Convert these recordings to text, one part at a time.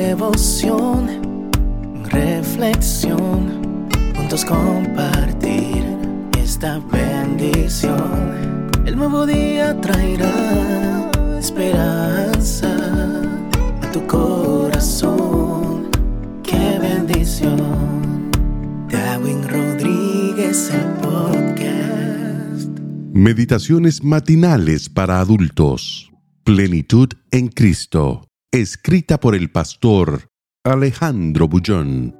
devoción, reflexión, juntos compartir esta bendición. El nuevo día traerá esperanza a tu corazón. ¡Qué bendición! Darwin Rodríguez, el podcast. Meditaciones matinales para adultos. Plenitud en Cristo. Escrita por el pastor Alejandro Bullón.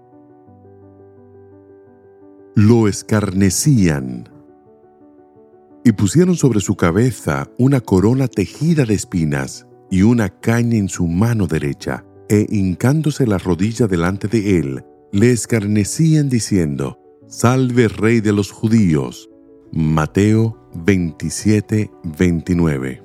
Lo escarnecían y pusieron sobre su cabeza una corona tejida de espinas y una caña en su mano derecha, e hincándose la rodilla delante de él, le escarnecían diciendo: Salve, Rey de los Judíos. Mateo 27:29.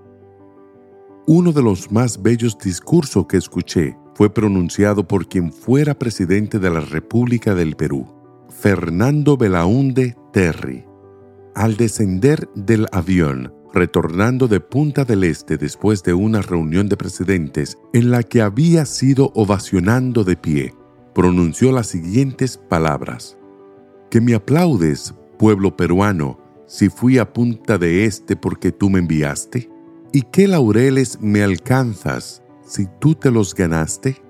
Uno de los más bellos discursos que escuché fue pronunciado por quien fuera presidente de la República del Perú, Fernando Belaúnde Terry. Al descender del avión, retornando de Punta del Este después de una reunión de presidentes en la que había sido ovacionando de pie, pronunció las siguientes palabras: ¿Que me aplaudes, pueblo peruano, si fui a Punta del Este porque tú me enviaste? ¿Y qué laureles me alcanzas si tú te los ganaste?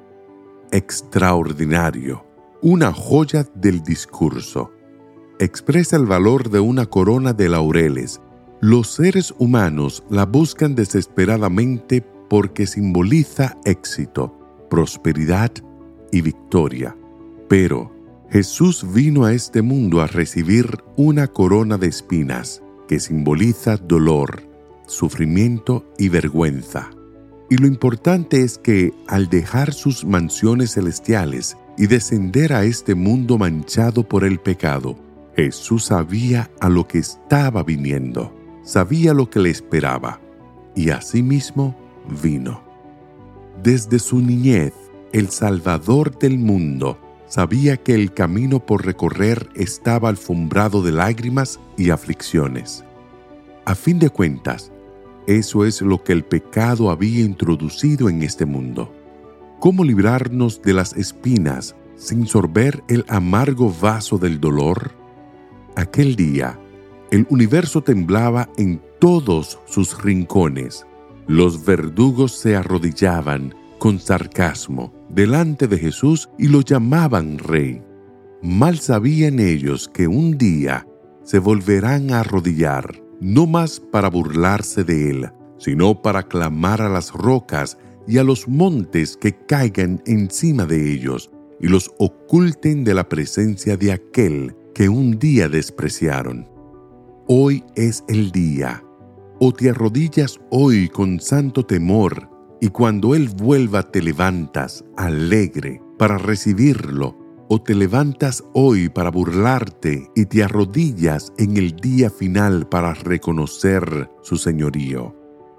Extraordinario, una joya del discurso. Expresa el valor de una corona de laureles. Los seres humanos la buscan desesperadamente porque simboliza éxito, prosperidad y victoria. Pero Jesús vino a este mundo a recibir una corona de espinas que simboliza dolor, sufrimiento y vergüenza. Y lo importante es que al dejar sus mansiones celestiales y descender a este mundo manchado por el pecado, Jesús sabía a lo que estaba viniendo, sabía lo que le esperaba, y asimismo vino. Desde su niñez, el Salvador del mundo sabía que el camino por recorrer estaba alfombrado de lágrimas y aflicciones. A fin de cuentas, eso es lo que el pecado había introducido en este mundo. ¿Cómo librarnos de las espinas sin sorber el amargo vaso del dolor? Aquel día, el universo temblaba en todos sus rincones. Los verdugos se arrodillaban con sarcasmo delante de Jesús y lo llamaban Rey. Mal sabían ellos que un día se volverán a arrodillar, no más para burlarse de él, sino para clamar a las rocas y a los montes que caigan encima de ellos y los oculten de la presencia de aquel que un día despreciaron. Hoy es el día. O te arrodillas hoy con santo temor, y cuando Él vuelva te levantas alegre para recibirlo, o te levantas hoy para burlarte y te arrodillas en el día final para reconocer su señorío.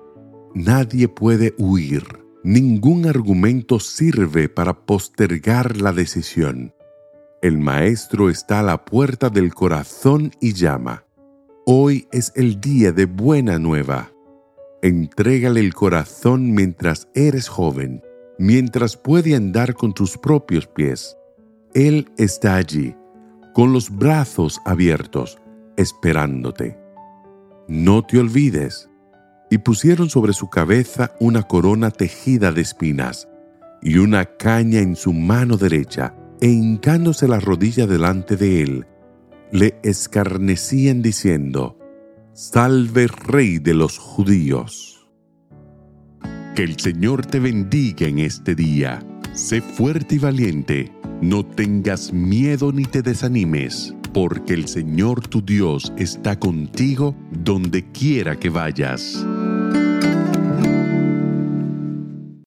Nadie puede huir. Ningún argumento sirve para postergar la decisión. El Maestro está a la puerta del corazón y llama. Hoy es el día de buena nueva. Entrégale el corazón mientras eres joven, mientras puede andar con sus propios pies. Él está allí, con los brazos abiertos, esperándote. No te olvides. Y pusieron sobre su cabeza una corona tejida de espinas y una caña en su mano derecha, e hincándose la rodilla delante de él, le escarnecían diciendo: Salve, Rey de los Judíos. Que el Señor te bendiga en este día. Sé fuerte y valiente. No tengas miedo ni te desanimes, porque el Señor tu Dios está contigo donde quiera que vayas.